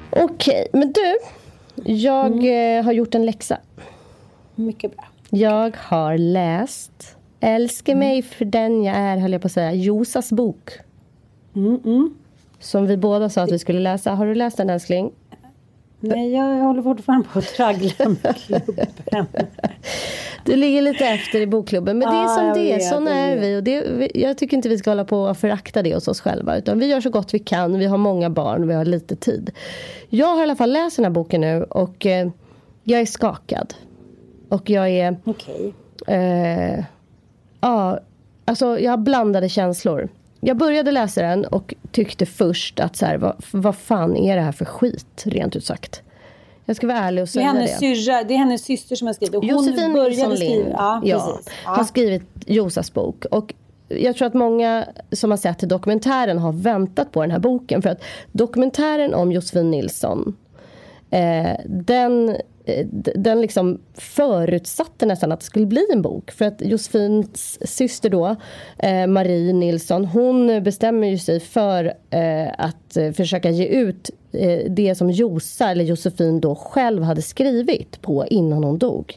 Okej, men du, jag har gjort en läxa. Mycket bra. Jag har läst Älska mig för den jag är, höll jag på att säga, Josas bok. Som vi båda sa att vi skulle läsa. Har du läst den, älskling? Nej, jag håller fortfarande på att traggla med klubben. Du ligger lite efter i bokklubben. Men det är som det är, sån är vi. Och jag tycker inte vi ska hålla på och förakta det hos oss själva. Utan vi gör så gott vi kan. Vi har många barn, vi har lite tid. Jag har i alla fall läst den här boken nu. Och jag är skakad. Och jag är... Okej. Alltså jag har blandade känslor. Jag började läsa den och tyckte först att så här, vad fan är det här för skit, rent ut sagt. Jag ska vara ärlig och säga det är hennes syster som har skrivit. Och Josefin Nilsson Lind har skrivit Josas bok. Och jag tror att många som har sett dokumentären har väntat på den här boken. För att dokumentären om Josefin Nilsson, den liksom förutsatte nästan att det skulle bli en bok. För att Josefins syster då, Marie Nilsson, hon bestämmer ju sig för att försöka ge ut det som Josa eller Josefin då själv hade skrivit på innan hon dog.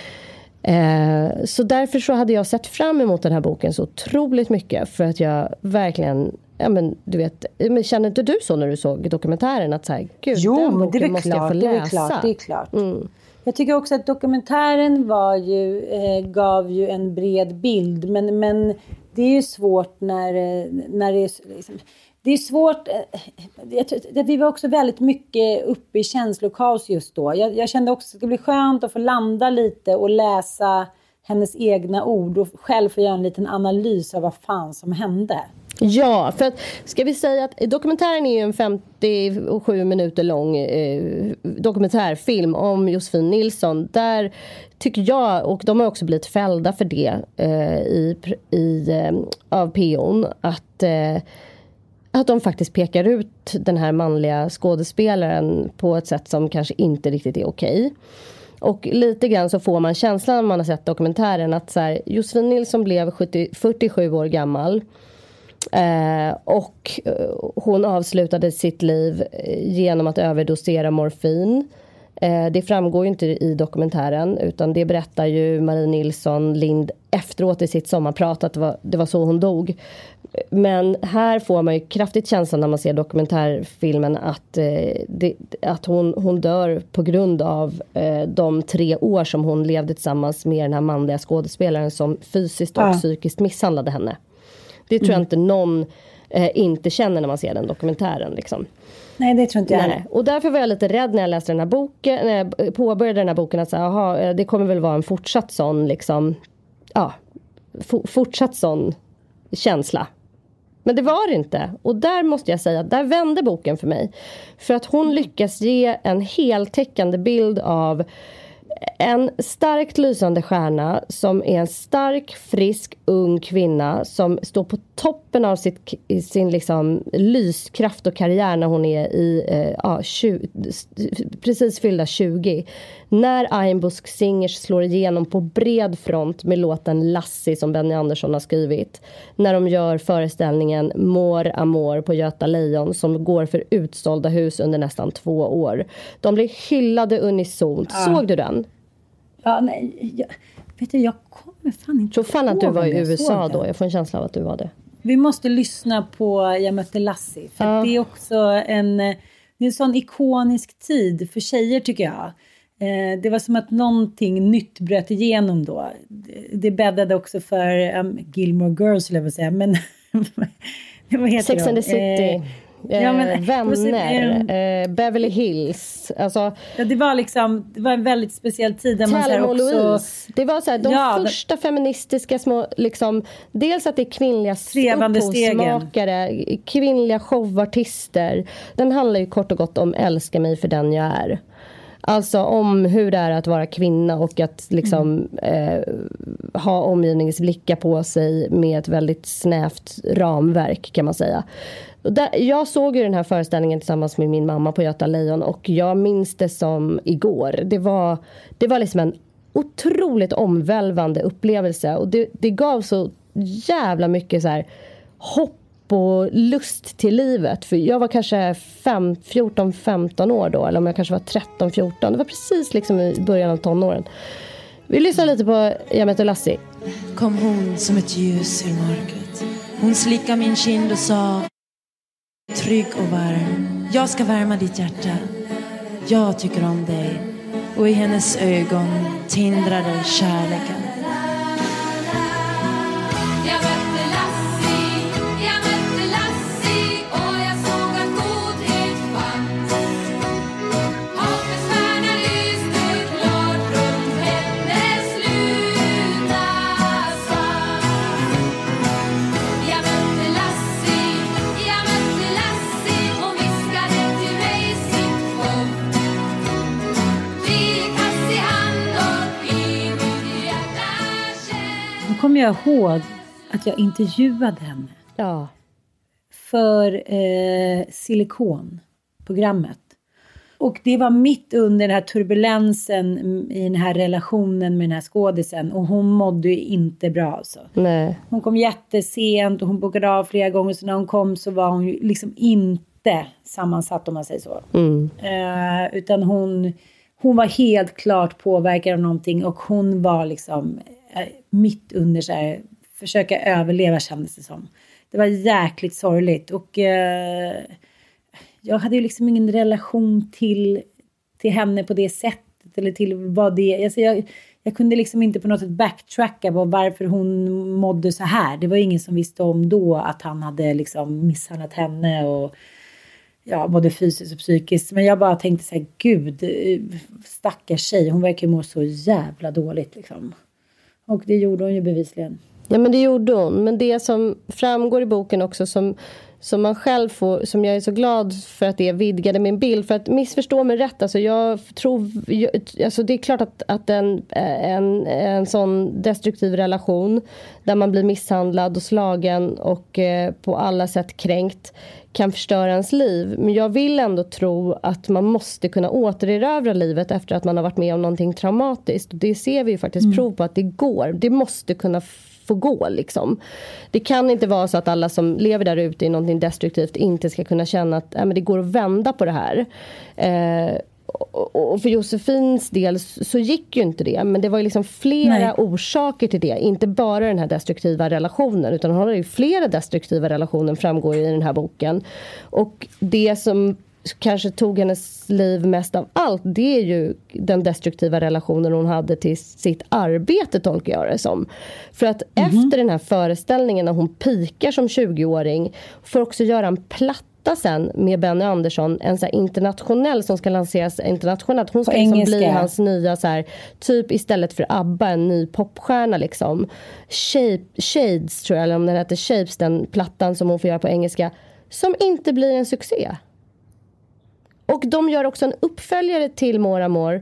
Så därför så hade jag sett fram emot den här boken så otroligt mycket, för att jag verkligen, ja men du vet, men kände inte du så när du såg dokumentären att så här, gud, den boken måste jag få läsa? Det är klart. Jag tycker också att dokumentären gav ju en bred bild, men det är ju svårt när det är liksom, det är svårt. Vi var också väldigt mycket uppe i känslokaos just då. Jag kände också att det skulle bli skönt att få landa lite och läsa hennes egna ord och själv få göra en liten analys av vad fan som hände. Ja, för att ska vi säga att dokumentären är ju en 57 minuter lång dokumentärfilm om Josefin Nilsson. Där tycker jag, och de har också blivit fällda för det av PO:n, att de faktiskt pekar ut den här manliga skådespelaren på ett sätt som kanske inte riktigt är okej. Och lite grann så får man känslan när man har sett dokumentären att så här, Josefin Nilsson blev 47 år gammal. Och hon avslutade sitt liv genom att överdosera morfin. Det framgår ju inte i dokumentären, utan det berättar ju Marie Nilsson Lind efteråt i sitt sommarprat att det var så hon dog. Men här får man ju kraftigt känslan när man ser dokumentärfilmen att hon dör på grund av de 3 år som hon levde tillsammans med den här manliga skådespelaren som fysiskt och psykiskt misshandlade henne. Det tror jag inte någon inte känner när man ser den dokumentären liksom. Nej, det tror inte jag. Nej. Och därför var jag lite rädd när jag läste den här boken, när jag påbörjade den här boken, att säga, det kommer väl vara en fortsatt sån liksom, fortsatt sån känsla. Men det var det inte. Och där måste jag säga att där vände boken för mig. För att hon lyckas ge en heltäckande bild av en starkt lysande stjärna som är en stark, frisk, ung kvinna som står på toppen av sin liksom lyskraft och karriär när hon är precis fyllda 20. När Einbusk Singers slår igenom på bred front med låten Lassie som Benny Andersson har skrivit. När de gör föreställningen Mår Amor på Göta Lejon som går för utsålda hus under nästan 2 år. De blir hyllade unisont. Såg du den? Ja, nej. Jag kommer fan inte. Jag tror fan att du var i USA då. Jag får en känsla av att du var det. Vi måste lyssna på Jag mötte Lassie. För det är också en sån ikonisk tid för tjejer, tycker jag. Det var som att någonting nytt bröt igenom då. Det bäddade också för Gilmore Girls, eller vad säga. Men vad heter Sex and the City. Vänner, Beverly Hills, alltså, det var en väldigt speciell tid där man så här också, det var så här, första feministiska små liksom, dels att det är kvinnliga upphovsmakare, kvinnliga showartister. Den handlar ju kort och gott om älska mig för den jag är. Alltså om hur det är att vara kvinna och att liksom ha omgivningsblickar på sig med ett väldigt snävt ramverk, kan man säga. Jag såg ju den här föreställningen tillsammans med min mamma på Göta Lejon och jag minns det som igår. Det var liksom en otroligt omvälvande upplevelse och det gav så jävla mycket så här hopp och lust till livet. För jag var kanske 14-15 år då. Eller om jag kanske var 13-14. Det var precis liksom i början av tonåren. Vi lyssnar lite på Jag mötte Lassie. Kom hon som ett ljus ur mörkret. Hon slickade min kind och sa: trygg och varm, jag ska värma ditt hjärta. Jag tycker om dig. Och i hennes ögon tindrade kärleken. Kommer jag ihåg att jag intervjuade henne. Ja. För Silikon-programmet. Och det var mitt under den här turbulensen i den här relationen med den här skådisen. Och hon mådde ju inte bra alltså. Nej. Hon kom jättesent och hon bokade av flera gånger. Så när hon kom så var hon ju liksom inte sammansatt, om man säger så. Utan hon var helt klart påverkad av någonting. Och hon var liksom mitt under så här, försöka överleva, kändes det som. Det var jäkligt sorgligt. Och jag hade ju liksom ingen relation till henne på det sättet. Eller till vad det... Alltså jag kunde liksom inte på något sätt backtracka på varför hon mådde så här. Det var ingen som visste om då att han hade liksom misshandlat henne och ja, både fysiskt och psykiskt. Men jag bara tänkte så här, gud, stackars tjej. Hon verkar må så jävla dåligt liksom. Och det gjorde hon ju bevisligen. Ja, men det gjorde hon. Men det som framgår i boken också som man själv får, som jag är så glad för att det vidgade min bild. För att missförstå mig rätt, alltså jag tror, alltså det är klart att en sån destruktiv relation där man blir misshandlad och slagen och på alla sätt kränkt kan förstöra ens liv. Men jag vill ändå tro att man måste kunna återerövra livet efter att man har varit med om någonting traumatiskt. Det ser vi ju faktiskt prov på att det går. Det måste kunna få gå liksom. Det kan inte vara så att alla som lever där ute i någonting destruktivt inte ska kunna känna att men det går att vända på det här. Och för Josefins del så gick ju inte det. Men det var ju liksom flera orsaker till det. Inte bara den här destruktiva relationen. Utan hon har ju flera destruktiva relationer, framgår ju i den här boken. Och det som kanske tog hennes liv mest av allt, det är ju den destruktiva relationen hon hade till sitt arbete, tolkar jag det som. För att efter den här föreställningen när hon pikar som 20-åring får också göra en platta sen med Benny Andersson, en så här internationell som ska lanseras internationellt. Hon ska liksom bli hans nya så här, typ istället för ABBA, en ny popstjärna liksom. Shades tror jag, eller om den heter Shapes, den plattan som hon får göra på engelska, som inte blir en succé. Och de gör också en uppföljare till More Amour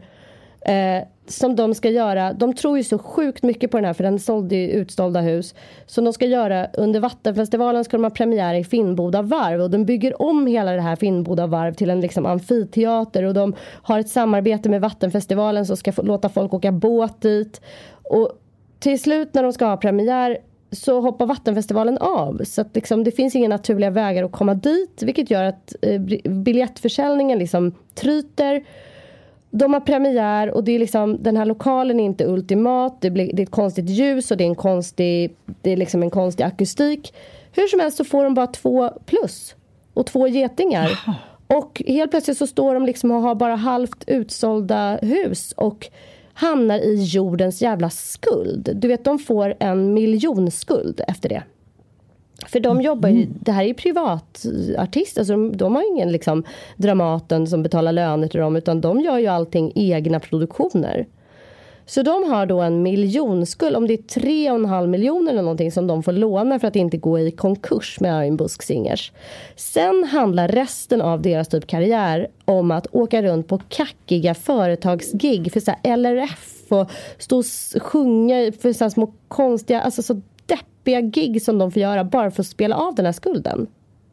som de ska göra. De tror ju så sjukt mycket på den här, för den sålde ju utsålda hus. Så de ska göra under Vattenfestivalen, ska de ha premiär i Finnboda varv. Och de bygger om hela det här Finnboda varv till en liksom amfiteater. Och de har ett samarbete med Vattenfestivalen som ska låta folk åka båt dit. Och till slut när de ska ha premiär så hoppar Vattenfestivalen av. Så att liksom, det finns inga naturliga vägar att komma dit. Vilket gör att biljettförsäljningen liksom tryter. De har premiär och det är liksom, den här lokalen är inte ultimat. Det är ett konstigt ljus och det är liksom en konstig akustik. Hur som helst så får de bara 2+ och 2 getingar. Och helt plötsligt så står de liksom och har bara halvt utsålda hus och hamnar i jordens jävla skuld. Du vet, de får 1 miljonskuld efter det. För de jobbar ju, det här är ju privatartister, alltså de har ingen liksom Dramaten som betalar löner till dem, utan de gör ju allting egna produktioner. Så de har då 1 miljonskuld, om det är 3,5 miljoner eller någonting som de får låna för att inte gå i konkurs med Arnbusk Singers. Sen handlar resten av deras typ karriär om att åka runt på kackiga företagsgig för så här LRF och stå och sjunga för så här små konstiga, alltså så deppiga gig som de får göra bara för att spela av den här skulden.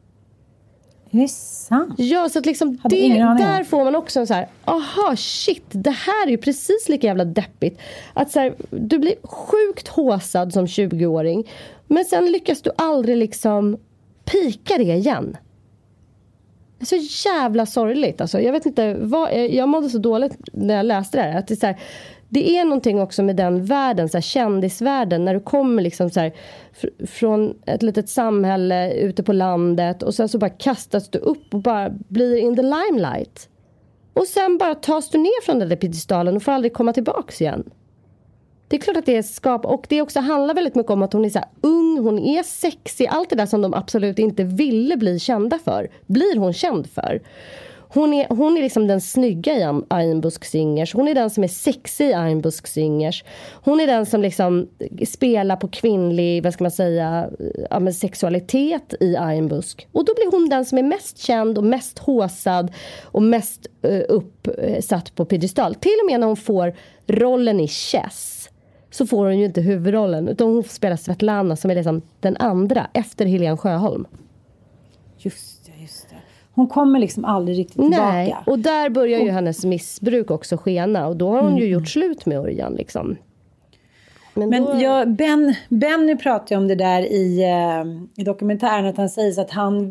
Det är sant. Ja, så att liksom där får man också en så här, aha, shit, det här är ju precis lika jävla deppigt. Att så här, du blir sjukt håsad som 20-åring, men sen lyckas du aldrig liksom pikar det igen. Det är så jävla sorgligt. Alltså, jag vet inte, jag mådde så dåligt när jag läste det här. Att det, är så här, det är någonting också med den världen, så här, kändisvärlden. När du kommer liksom så här, från ett litet samhälle ute på landet. Och sen så bara kastas du upp och bara blir in the limelight. Och sen bara tas du ner från den där piedestalen och får aldrig komma tillbaka igen. Det är klart att det är skap. Och det också handlar väldigt mycket om att hon är så här ung, hon är sexig. Allt det där som de absolut inte ville bli kända för, blir hon känd för. Hon är liksom den snygga i Iron Busk Singers. Hon är den som är sexig i Iron Busk Singers. Hon är den som liksom spelar på kvinnlig, vad ska man säga, sexualitet i Iron Busk. Och då blir hon den som är mest känd och mest håsad och mest uppsatt på piedestal. Till och med när hon får rollen i Chess så får hon ju inte huvudrollen, utan hon spelar Svetlana som är liksom den andra efter Helene Sjöholm. Just det. Hon kommer liksom aldrig riktigt tillbaka. Nej, och där börjar ju hennes missbruk också skena. Och då har hon ju gjort slut med Örjan liksom. Benny pratar ju om det där i dokumentären. Att han säger så att han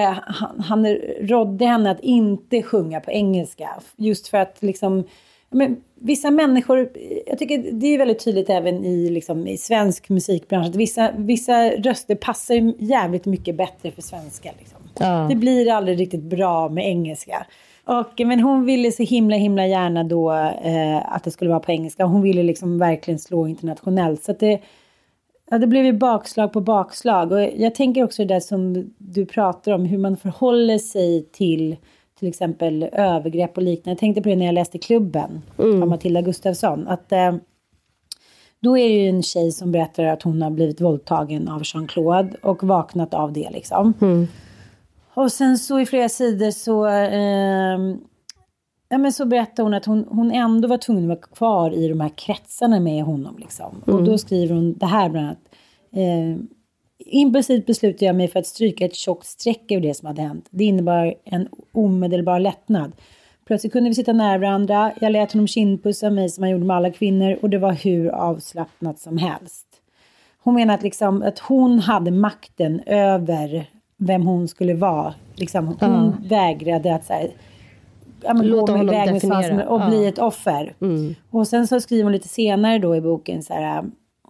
rådde henne att inte sjunga på engelska. Just för att liksom... Men vissa människor, jag tycker det är väldigt tydligt även i svensk musikbransch, att vissa röster passar ju jävligt mycket bättre för svenska liksom. Ja. Det blir aldrig riktigt bra med engelska. Men hon ville så himla gärna då att det skulle vara på engelska. Hon ville liksom verkligen slå internationellt. Så att det blev ju bakslag på bakslag. Och jag tänker också det där som du pratar om, hur man förhåller sig till exempel övergrepp och liknande. Jag tänkte på det när jag läste Klubben av Matilda Gustafsson. Att då är det ju en tjej som berättar att hon har blivit våldtagen av Jean-Claude och vaknat av det liksom. Och sen så i flera sidor så berättar hon att hon ändå var tvungen att vara kvar i de här kretsarna med honom liksom. Och då skriver hon det här bland annat. Impulsivt beslutade jag mig för att stryka ett tjockt streck över det som hade hänt. Det innebar en omedelbar lättnad. Plötsligt kunde vi sitta nära varandra. Jag lät honom kindpussa mig som han gjorde med alla kvinnor. Och det var hur avslappnat som helst. Hon menar att, liksom, att hon hade makten över vem hon skulle vara. Liksom, hon vägrade att så här, låta honom definiera. Och bli ett offer. Och sen så skriver hon lite senare då i boken så här...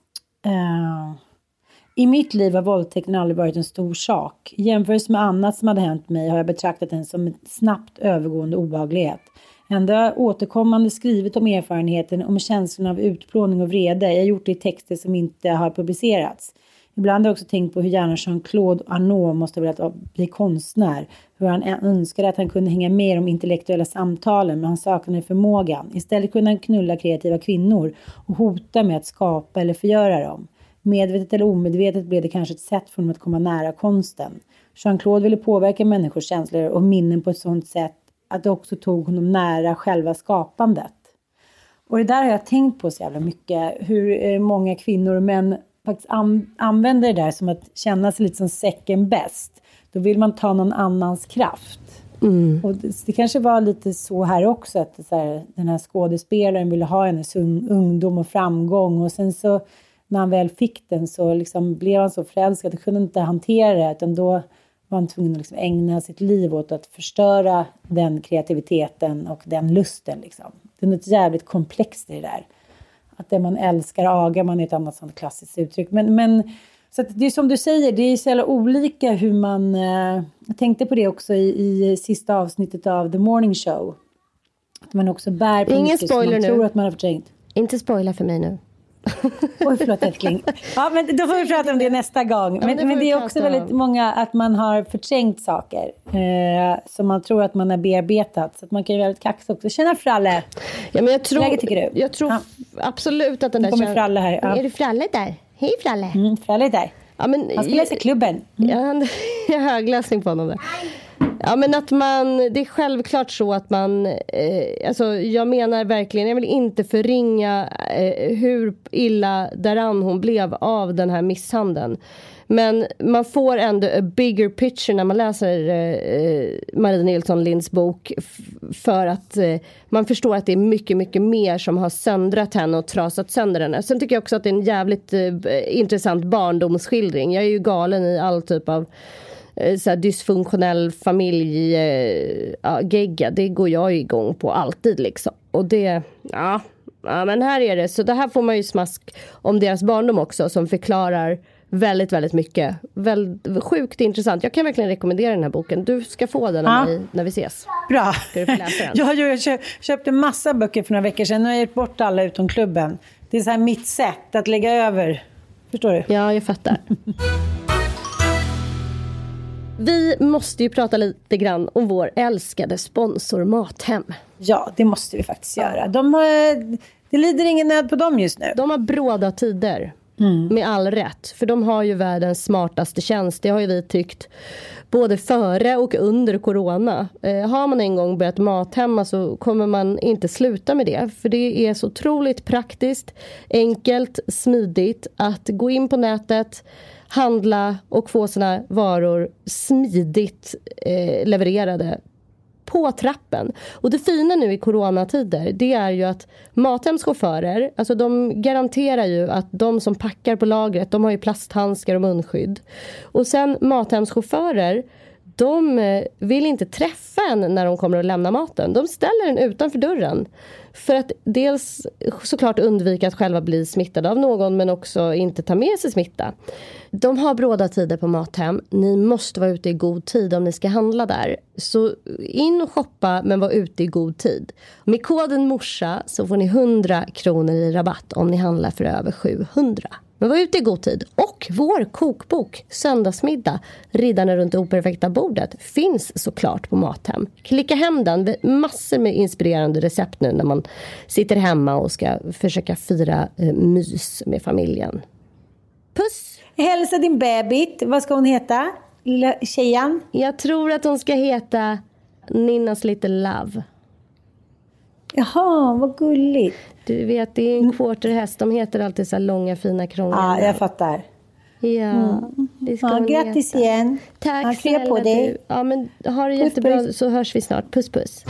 I mitt liv har våldtäkten aldrig varit en stor sak. I jämförelse med annat som hade hänt mig har jag betraktat den som en snabbt övergående obehaglighet. Ändå har jag återkommande skrivit om erfarenheten, om känslan av utplåning och vrede. Jag har gjort det i texter som inte har publicerats. Ibland har jag också tänkt på hur gärna Jean-Claude Arnault måste ha velat bli konstnär. Hur han önskade att han kunde hänga med i de intellektuella samtalen, men han saknade förmågan. Istället kunde han knulla kreativa kvinnor och hota med att skapa eller förgöra dem. Medvetet eller omedvetet blev det kanske ett sätt för honom att komma nära konsten. Jean-Claude ville påverka människors känslor och minnen på ett sådant sätt att det också tog honom nära själva skapandet. Och det där har jag tänkt på så jävla mycket. Hur många kvinnor och män faktiskt använder det där som att känna sig lite som second best. Då vill man ta någon annans kraft. Och det kanske var lite så här också. Att så här, den här skådespelaren ville ha hennes ungdom och framgång. Och sen så... När han väl fick den så liksom blev han så förälskad att han kunde inte hantera det. Utan då var han tvungen att liksom ägna sitt liv åt att förstöra den kreativiteten och den lusten. Liksom. Det är något jävligt komplext i det där. Att det man älskar agar man är ett annat sånt klassiskt uttryck. Men så att det är som du säger, det är så jävla olika hur man... Jag tänkte på det också i sista avsnittet av The Morning Show. Att man också bär på ingen mycket spoiler som man nu. tror att man har förträngt. Inte spoila för mig nu. Oj, förlåt älskling. Ja, men då får vi prata om det nästa gång. Men det är också väldigt många att man har förträngt saker som man tror att man har bearbetat. Så att man kan ju väldigt kaxig också. Tjena Fralle. Ja, men jag tror, läget tycker du? Jag tror absolut att den där... kommer Fralle här. Ja. Är det Fralle där? Hej Fralle. Fralle är där. Ja, men, han ska läsa Klubben. Jag har högläsning på honom där. Ja, men att man, det är självklart så att man, alltså jag menar verkligen, jag vill inte förringa hur illa däran hon blev av den här misshandeln. Men man får ändå a bigger picture när man läser Marie Nilsson Linds bok, för att man förstår att det är mycket, mycket mer som har söndrat henne och trasat sönder henne. Sen tycker jag också att det är en jävligt intressant barndomsskildring. Jag är ju galen i all typ av så här dysfunktionell familj gegga, det går jag igång på alltid liksom. Och det, ja men här är det, så det här får man ju smask om deras barndom också, som förklarar väldigt, väldigt mycket. Sjukt intressant. Jag kan verkligen rekommendera den här boken. Du ska få den när vi ses. Bra. Ska du få läsa den? Jag köpte massa böcker för några veckor sedan. Nu har jag gett bort alla utom klubben. Det är så här mitt sätt att lägga över. Förstår du? Ja, jag fattar. Vi måste ju prata lite grann om vår älskade sponsor Mathem. Ja, det måste vi faktiskt göra. Det lider ingen nöd på dem just nu. De har bråda tider. Med all rätt. För de har ju världens smartaste tjänst. Det har ju vi tyckt både före och under corona. Har man en gång börjat Mathemma så kommer man inte sluta med det. För det är så otroligt praktiskt, enkelt, smidigt att gå in på nätet, handla och få sina varor smidigt levererade på trappen. Och det fina nu i coronatider, det är ju att Mathems chaufförer, alltså de garanterar ju att de som packar på lagret, de har ju plasthandskar och munskydd. Och sen Mathems chaufförer, de vill inte träffa en när de kommer att lämna maten. De ställer den utanför dörren. För att dels såklart undvika att själva bli smittade av någon, men också inte ta med sig smitta. De har bråda tider på Mathem. Ni måste vara ute i god tid om ni ska handla där. Så in och shoppa, men var ute i god tid. Med koden morsa så får ni 100 kronor i rabatt om ni handlar för över 700. Men var ute i god tid. Och vår kokbok, Söndagsmiddag, Riddarna runt det operfekta bordet, finns såklart på Mathem. Klicka hem den, massor med inspirerande recept nu när man sitter hemma och ska försöka fira mys med familjen. Puss! Hälsa din bebit, vad ska hon heta? Lilla tjejan? Jag tror att hon ska heta Ninnas Little Love. Jaha, vad gulligt. Du vet, det är en quarterhäst. De heter alltid så här långa, fina krångor. Ja, jag fattar. Ja, det ska grattis heta. igen. Tack snälla på dig. Du. Ja, men ha det jättebra, så hörs vi snart. Puss, puss.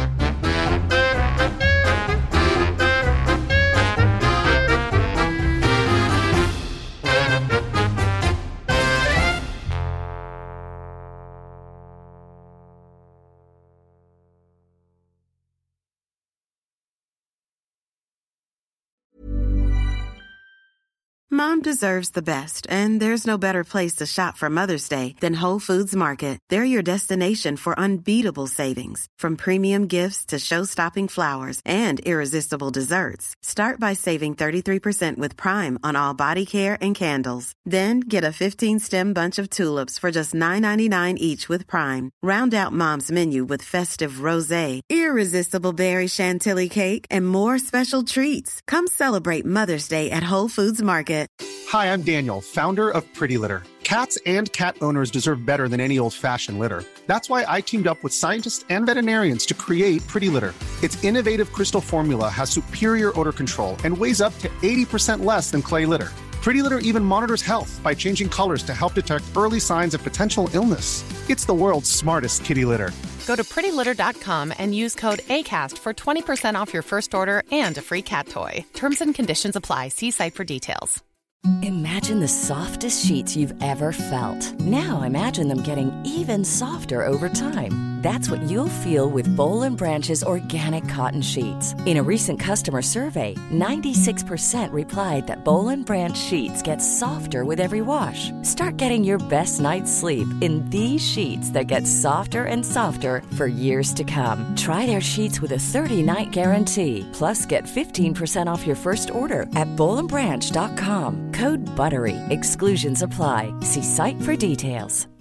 Mom deserves the best, and there's no better place to shop for Mother's Day than Whole Foods Market. They're your destination for unbeatable savings, from premium gifts to show-stopping flowers and irresistible desserts. Start by saving 33% with Prime on all body care and candles. Then get a 15-stem bunch of tulips for just $9.99 each with Prime. Round out Mom's menu with festive rosé, irresistible berry chantilly cake, and more special treats. Come celebrate Mother's Day at Whole Foods Market. Hi, I'm Daniel, founder of Pretty Litter. Cats and cat owners deserve better than any old-fashioned litter. That's why I teamed up with scientists and veterinarians to create Pretty Litter. Its innovative crystal formula has superior odor control and weighs up to 80% less than clay litter. Pretty Litter even monitors health by changing colors to help detect early signs of potential illness. It's the world's smartest kitty litter. Go to prettylitter.com and use code ACAST for 20% off your first order and a free cat toy. Terms and conditions apply. See site for details. Imagine the softest sheets you've ever felt. Now imagine them getting even softer over time. That's what you'll feel with Boll & Branch's organic cotton sheets. In a recent customer survey, 96% replied that Boll & Branch sheets get softer with every wash. Start getting your best night's sleep in these sheets that get softer and softer for years to come. Try their sheets with a 30-night guarantee. Plus, get 15% off your first order at bollandbranch.com. Code BUTTERY. Exclusions apply. See site for details.